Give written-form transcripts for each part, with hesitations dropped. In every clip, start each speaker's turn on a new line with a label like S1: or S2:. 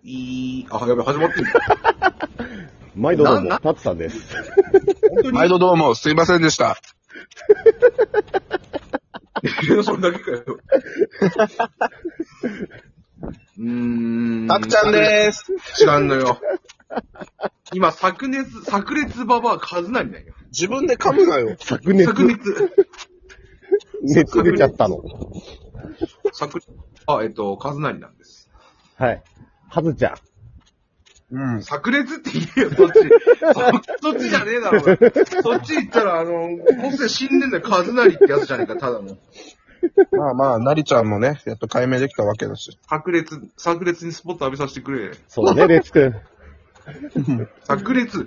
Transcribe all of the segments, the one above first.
S1: やべ、始まってる。
S2: 毎度どうも、タツさんです。
S3: 毎度どうも、すいませんでした。
S1: それだけかよ。
S3: たっちゃんでーす。
S1: 違うのよ。今、炸裂ババアカズナリなんよ。
S3: 自分で噛むなよ。
S2: 灼熱。熱出ちゃったの。
S1: カズナリなんです。
S2: はい。はずちゃん。
S1: 炸裂って言えよ、そっち。そっちじゃねえだろ、そっち行ったら、個性死んでんだよ、カズナリってやつじゃねえか、ただの。
S3: まあまあ、なりちゃんもね、やっと解明できたわけだし。
S1: 炸裂にスポット浴びさせてくれ。
S2: そうだね、レツくん。
S1: 炸裂。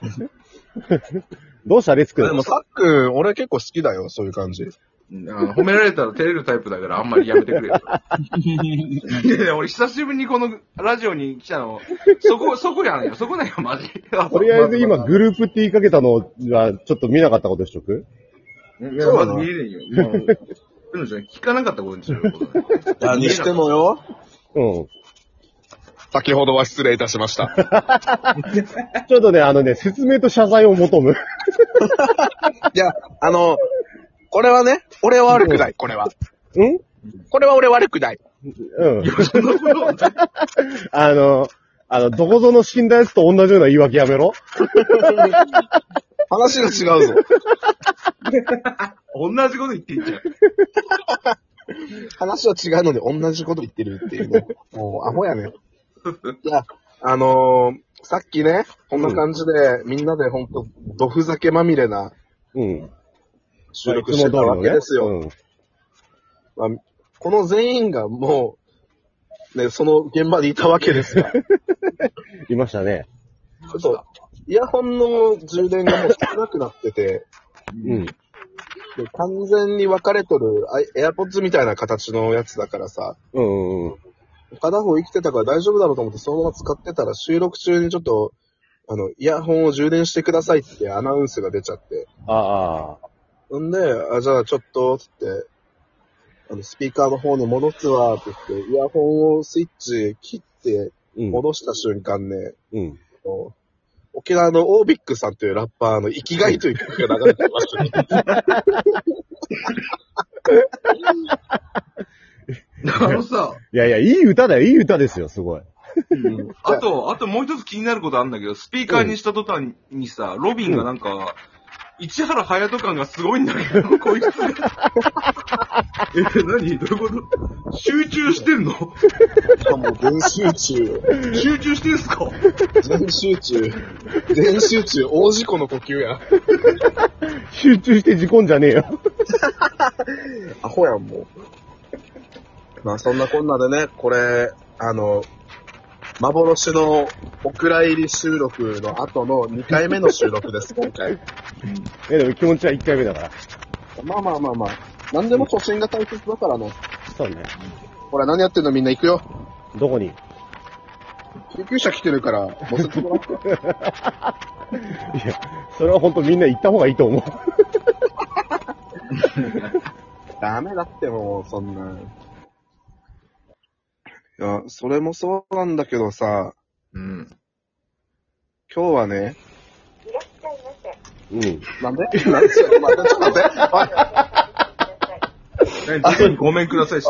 S2: どうした、レツくん。
S3: でも、さっくん、俺結構好きだよ、そういう感じ。
S1: 褒められたら照れるタイプだからあんまりやめてくれよ。いや俺久しぶりにこのラジオに来たの、そこやんよ、そこだよ、マジ。
S2: とりあえず今、グループって言いかけたのは、ちょっと見なかったことしとく？
S1: いや、まず見えねえよ。聞かなかったことにしろよ。
S3: いや、にしてもよ。
S2: うん。
S3: 先ほどは失礼いたしました。
S2: ちょっとね、説明と謝罪を求む。
S3: いや、これはね、俺は悪くない、これは。これは俺悪くない。
S2: うん。そんなことどこぞの死んだやつと同じような言い訳やめろ。
S3: 話が違うぞ。
S1: 同じこと言ってんじゃん。
S3: 話は違うので同じこと言ってるっていうね。もう、アホやね。いや、さっきね、こんな感じで、みんなでほんと、どふざけまみれな、収録してたわけですよ。まあ、この全員がもう、ね、その現場にいたわけですが。
S2: いましたね。
S3: ちょっと、イヤホンの充電がもう少なくなってて、で完全に分かれとる、AirPods みたいな形のやつだからさ、片方生きてたから大丈夫だろうと思ってそのまま使ってたら収録中にちょっと、イヤホンを充電してくださいってアナウンスが出ちゃって。んで、じゃあちょっと、つって、スピーカーの方に戻すわ、って言って、イヤホンをスイッチ切って戻した瞬間ね、沖縄のオービックさんというラッパーの生きがいという曲が流れてましたね。
S1: さ。
S2: いや、いい歌だよ、いい歌ですよ、すごい。
S1: あともう一つ気になることあるんだけど、スピーカーにした途端にさ、ロビンがなんか、市原隼人感がすごいんだけど、こいつ。何？どういうこと？集中してんの？
S3: しかも全集中。
S1: 集中してんすか？
S3: 全集中、大事故の呼吸や。
S2: 集中して事故んじゃねえよ。
S3: アホやん、もう。まあそんなこんなでね、これ、幻のお蔵入り収録の後の2回目の収録です、今回。
S2: でも気持ちは1回目だから。
S3: まあ。何でも初心が大切だからね。
S2: そうね。
S3: ほら、何やってんのみんな行くよ。
S2: どこに？
S3: 救急車来てるから、乗せてもらって。
S2: いや、それは本当みんな行った方がいいと思う。
S3: ダメだってもう、そんな。いや、それもそうなんだけどさ、今日はね、
S4: いらっしゃいませ。
S3: なんでちょっと待って。
S1: 後にごめんくださいして。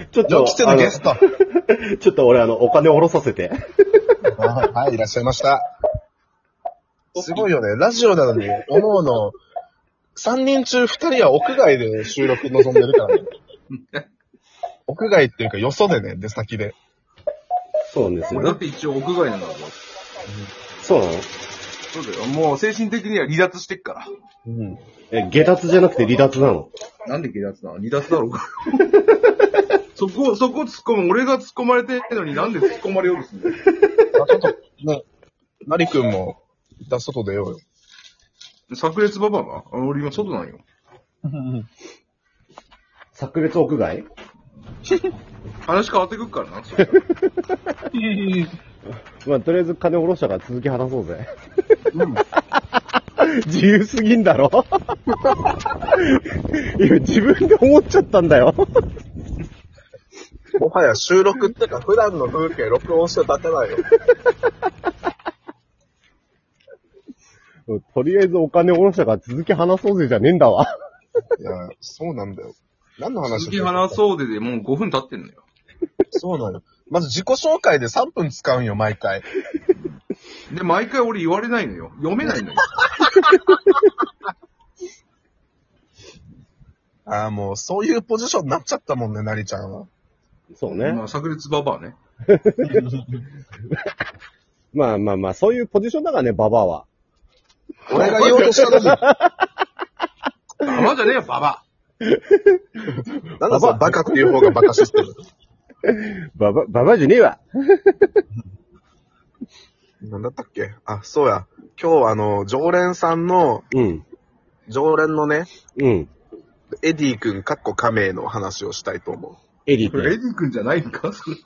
S2: ちょっと、
S3: 来てるゲスト。
S2: ちょっと俺お金下ろさせて。
S3: はい、いらっしゃいました。すごいよね。ラジオなのに、思うの、3人中2人は屋外で収録臨んでるからね。屋外っていうか、よそでね、出先で。
S2: そうなんですよ。
S1: 俺だって一応屋外なんだろ。
S2: そうなの？
S1: そうだよ。もう精神的には離脱してっから。
S2: 下脱じゃなくて離脱なの？
S1: なんで下脱なの？離脱だろうか。そこ突っ込む。俺が突っ込まれてるのになんで突っ込まれようとするの？
S3: ちょっと、ね、なりくんも、一旦外出ようよ。
S1: 炸裂ババアが？俺今外なんよ。
S2: 炸裂屋外？
S1: 話変わってくっからな。
S2: まあ、とりあえず金下ろしたから続き話そうぜ。自由すぎんだろ。いや、自分で思っちゃったんだよ。
S3: もはや収録ってか普段の風景録音して立てないよ。
S2: とりあえずお金下ろしたから続き話そうぜじゃねえんだわ。
S3: いや、そうなんだよ。何の話
S1: 続き話そうでもう5分経ってんのよ。
S3: そうなのよ。まず自己紹介で3分使うんよ、毎回。
S1: で、毎回俺言われないのよ。読めないのよ。
S3: ああ、もうそういうポジションになっちゃったもんね、なりちゃんは。
S2: そうね。
S1: まあ、炸裂ババアね。
S2: まあまあまあ、そういうポジションだからね、ババアは。
S3: 俺が言おうとしたのに。
S1: ババじゃねえよ、ババア。
S3: なんだそのバカっていう方がバカシステム。
S2: ババアじゃねえわ。
S3: なんだったっけ？あ、そうや。今日常連さんの、常連のね、エディ君かっこ仮名の話をしたいと思う。
S2: エディ
S1: これエディ君じゃないんかそれ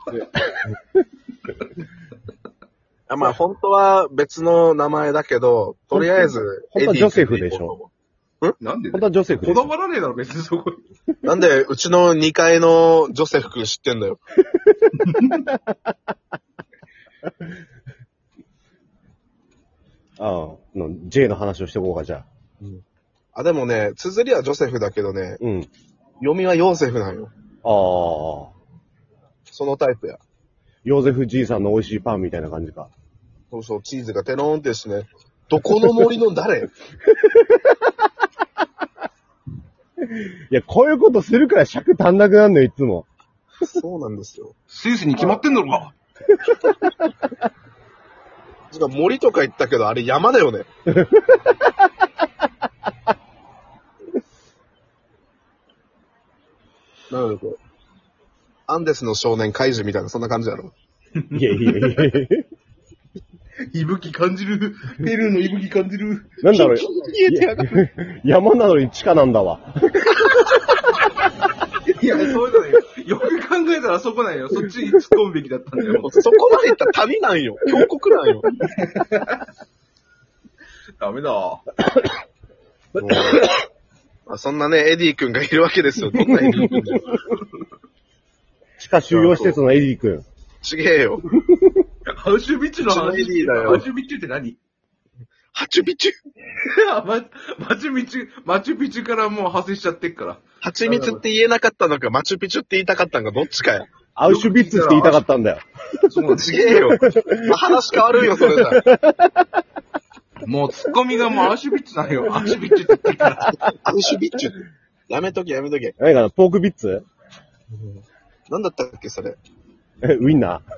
S3: あ、まあ本当は別の名前だけど、とりあえず、
S2: 本当はジョセフでしょ。
S1: なんで
S2: 本当はジョセフでしょ。
S1: こだわらねえだろ、別にそこに。
S3: なんで、うちの2階のジョセフ君知ってんだよ。
S2: ああ、J の話をしていこうか、じゃあ。
S3: あ、でもね、綴りはジョセフだけどね、
S2: うん。
S3: 読みはヨーセフなんよ。
S2: ああ。
S3: そのタイプや。
S2: ヨーゼフじいさんの美味しいパンみたいな感じか。
S3: そうそう、チーズがテローンってしてね。どこの森の誰
S2: いや、こういうことするから尺足んなくなるのよ、いつも。
S3: そうなんですよ。
S1: スイスに決まってんだろうが。
S3: てか森とか言ったけど、あれ山だよね。なのでこう、アンデスの少年カイジみたいな、そんな感じだろ。
S2: いやいやいやいや。
S1: 息吹感じる。ペルーの息吹感じる。
S2: なんだろう。
S3: 消えてやがる。
S2: 山なのに地下なんだわ。
S1: いや、そういうのね。よく考えたらそこなんよ。そっちに突っ込むべきだったんだよ。
S3: そこまで行ったら谷なんよ。峡谷なんよ。
S1: ダメだ。
S3: まあ、そんなね、エディ君がいるわけですよ。どんなエディ君だよ。
S2: 地下収容施設のエディ君。
S3: ちげえよ。
S1: ハウシュビッチの話。
S3: うちのエディだよ
S1: ハウシュビッチって何
S3: ハチュビチュ。
S1: マチュピチュからもう派生しちゃってっから。
S3: ハチミツって言えなかったのか、マチュピチュって言いたかったのか、どっちかや。
S2: アウシュビッツって言いたかったんだよ。
S1: そう
S3: ちげえよ。話変わるよ、それじゃ。
S1: もうツッコミがもうアウシュビッチなんよ。アウシュビッチって言ってるから。
S3: アウシュビッチュ。やめとけ、やめとけ。
S2: 何かな、ポークビッツ
S3: なんだったっけ、それ。
S2: ウインナ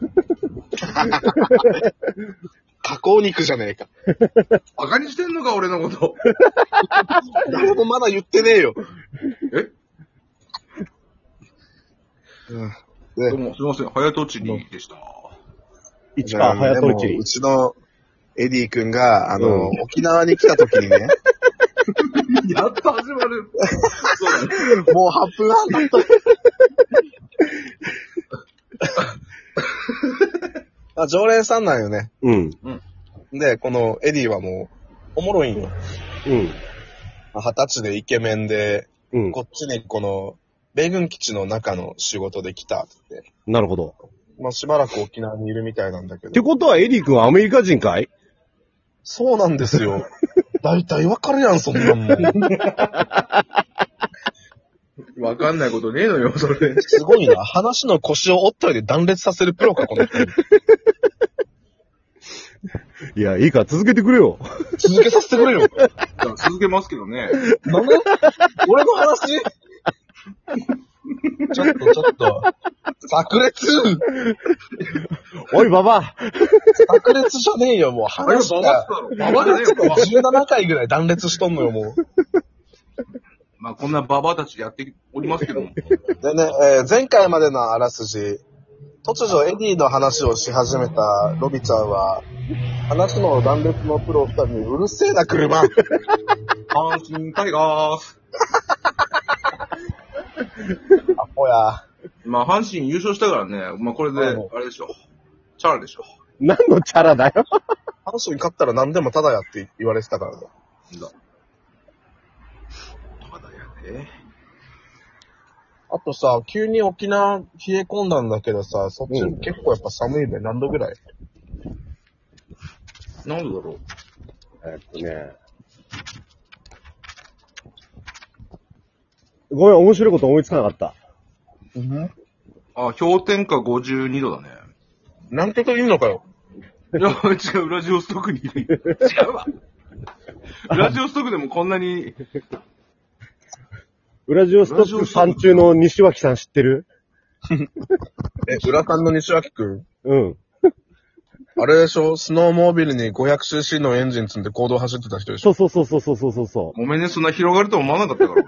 S3: 加工肉じゃねえか。
S1: バカにしてんのか、俺のこと。
S3: 誰もまだ言ってねえよ。
S1: え
S3: で
S1: どうも、すいません。早とちりでした。
S2: 市川早とちり
S3: でもう。ちのエディ君が、沖縄に来た時にね、
S1: やっと始まる。そうだね。
S3: もう8分半経った。あ、常連さんなんよね。
S2: うん。
S3: で、このエディはもう、おもろいんよ。
S2: うん。
S3: 20歳でイケメンで、
S2: うん。
S3: こっちにこの、米軍基地の中の仕事で来たって。
S2: なるほど。
S3: まあ、しばらく沖縄にいるみたいなんだけ
S2: って
S3: ど。
S2: ことはエディ君はアメリカ人かい？
S3: そうなんですよ。大体わかるやん、そんなんもん。
S1: わかんないことねえのよ、それ。
S3: すごいな。話の腰を折ったりで断裂させるプロか、この人。
S2: いや、いいから続けてくれよ。
S3: 続けさせてくれよ。
S1: じゃあ続けますけどね。
S3: なんで俺の話ちょっと。炸裂
S2: おい、ババ
S3: 炸裂じゃねえよ、もう
S1: あれババ
S3: 話が。
S1: だろ。ババじゃねえよ、ババ。
S3: 17回ぐらい断裂しとんのよ、もう。
S1: まあ、こんなババたちでやっておりますけども。
S3: でね、前回までのあらすじ、突如エディの話をし始めたロビちゃんは、話の断裂のプロ二人にうるせえな車。
S1: 阪神タイガース。
S3: あほや。
S1: まあ、阪神優勝したからね。まあ、これで、あれでしょ。チャラでしょ。
S2: 何のチャラだよ。
S3: 阪神勝ったら何でもタダやって言われてたからね。
S1: だ。ただやね。
S3: あとさ、急に沖縄冷え込んだんだけどさ、そっち結構やっぱ寒いね。何度ぐらい？
S1: なんでだろう。
S2: ごめん、面白いこと思いつかなかった。
S1: あ、氷点下52度だね。
S3: なんてといいのかよ。
S1: いや、違う、ウラジオストクにいる。違うわ。ウラジオストクでもこんなに。
S2: ウラジオストック山中の西脇さん知ってる？
S3: 浦さんの西脇くん？
S2: うん。
S3: あれでしょ？スノーモービルに 500cc のエンジン積んで公道走ってた人でしょ？
S2: そう。
S1: ごめんね、そんな広がると思わなかったから。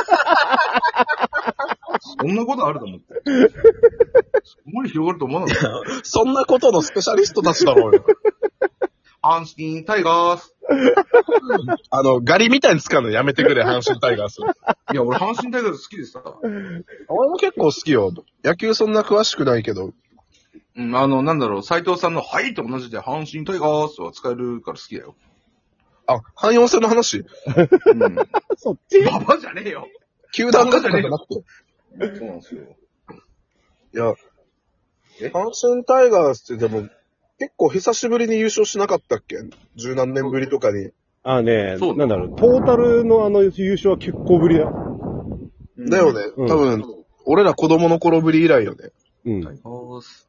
S1: そんなことあると思って。そこまで広がると思わなかった。
S3: そんなことのスペシャリストたちだろうよ。
S1: 阪神タイガース。
S3: ガリみたいに使うのやめてくれ、阪神タイガース。
S1: いや、俺阪神タイガース好きでさ。
S3: 俺も結構好きよ。野球そんな詳しくないけど。
S1: うん、なんだろう、斉藤さんのはいと同じで阪神タイガースは使えるから好きだよ。
S3: あ、汎用性の話？
S1: うん。
S2: そっち？
S1: ババじゃねえよ。
S3: 球団がじゃなくて。
S1: そうなんですよ。
S3: いや、阪神タイガースってでも、結構久しぶりに優勝しなかったっけ？十何年ぶりとかに。
S2: なんだろう、トータルの優勝は結構ぶりだ。
S3: だよね。多分、俺ら子供の頃ぶり以来よね。
S2: うん。
S1: タイガース。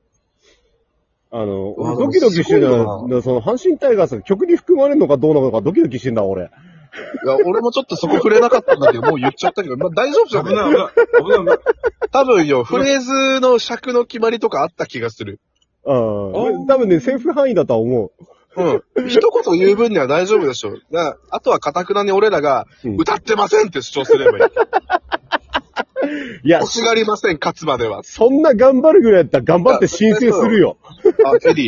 S2: ドキドキしてるのは、その阪神タイガースが曲に含まれるのかどうなのかドキドキしてんだ、俺。
S3: いや、俺もちょっとそこ触れなかったんだけど、もう言っちゃったけど、まあ、大丈夫じゃん。
S1: 危ない。
S3: 多分よ、フレーズの尺の決まりとかあった気がする。
S2: 多分ね、セーフ範囲だとは思う。
S3: うん。一言言う分には大丈夫でしょ。あとは堅くなに俺らが、歌ってませんって主張すればいい。いや、欲しがりません、勝つまでは。
S2: そんな頑張るぐらいだったら頑張って申請するよ。
S3: あ、エディ。